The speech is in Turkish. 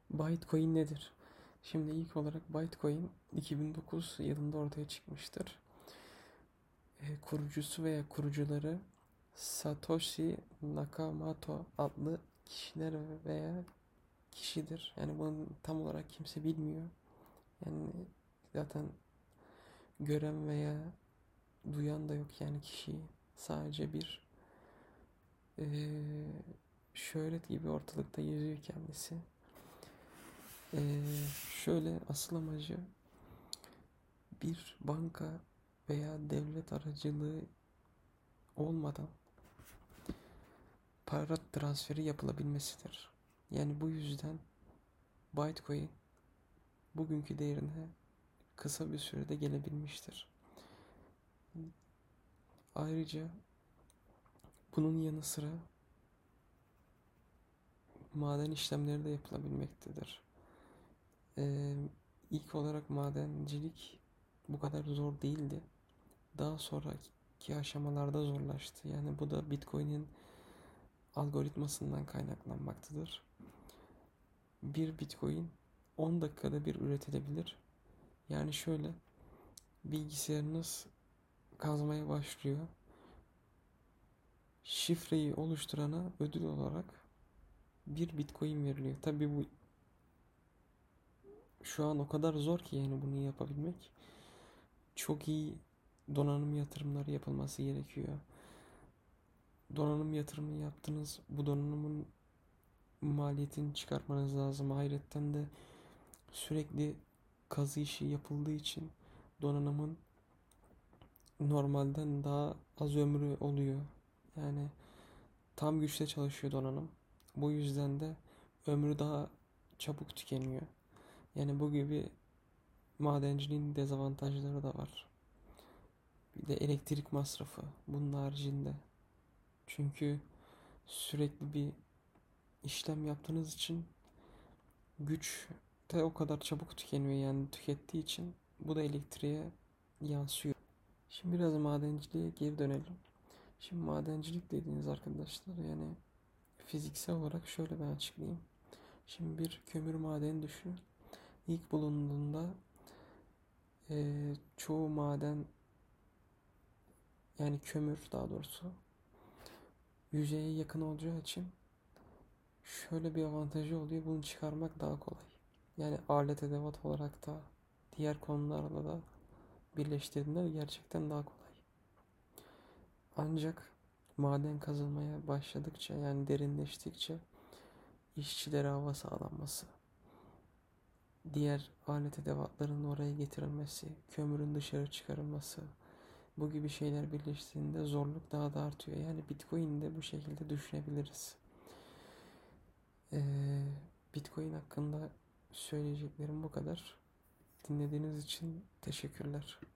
Bitcoin nedir? Şimdi ilk olarak Bitcoin 2009 yılında ortaya çıkmıştır. Kurucusu veya kurucuları Satoshi Nakamoto adlı kişiler veya kişidir. Yani bunu tam olarak kimse bilmiyor. Yani zaten gören veya duyan da yok yani kişiyi. Sadece bir eee, şöhret gibi ortalıkta geziyor kendisi. Şöyle asıl amacı bir banka veya devlet aracılığı olmadan para transferi yapılabilmesidir. Yani bu yüzden Bitcoin bugünkü değerine kısa bir sürede gelebilmiştir. Ayrıca bunun yanı sıra maden işlemleri de yapılabilmektedir. Ee, ilk olarak madencilik bu kadar zor değildi. Daha sonraki aşamalarda zorlaştı. Yani bu da Bitcoin'in algoritmasından kaynaklanmaktadır. Bir Bitcoin 10 dakikada bir üretilebilir. Yani şöyle bilgisayarınız kazmaya başlıyor. Şifreyi oluşturana ödül olarak bir Bitcoin veriliyor. Tabii bu şu an o kadar zor ki yani bunu yapabilmek. Çok iyi donanım yatırımları yapılması gerekiyor. Donanım yatırımı yaptınız. Bu donanımın maliyetini çıkartmanız lazım. Ayrıca de sürekli kazı işi yapıldığı için donanımın normalden daha az ömrü oluyor. Yani tam güçte çalışıyor donanım. Bu yüzden de ömrü daha çabuk tükeniyor. Yani bu gibi madenciliğin dezavantajları da var. Bir de elektrik masrafı bunun haricinde. Çünkü sürekli bir işlem yaptığınız için güç de o kadar çabuk tükeniyor yani tükettiği için bu da elektriğe yansıyor. Şimdi biraz madenciliğe geri dönelim. Şimdi madencilik dediğiniz arkadaşlar yani fiziksel olarak şöyle ben açıklayayım. Şimdi bir kömür madeni düşünün. İlk bulunduğunda çoğu maden yani kömür daha doğrusu yüzeye yakın olacağı için şöyle bir avantajı oluyor. Bunu çıkarmak daha kolay. Yani alet edevat olarak da diğer konularla da birleştirdiğinde gerçekten daha kolay. Ancak maden kazılmaya başladıkça yani derinleştikçe işçilere hava sağlanması, diğer alet edevatların oraya getirilmesi, kömürün dışarı çıkarılması bu gibi şeyler birleştiğinde zorluk daha da artıyor. Yani Bitcoin'i de bu şekilde düşünebiliriz. Ee, Bitcoin hakkında söyleyeceklerim bu kadar. Dinlediğiniz için teşekkürler.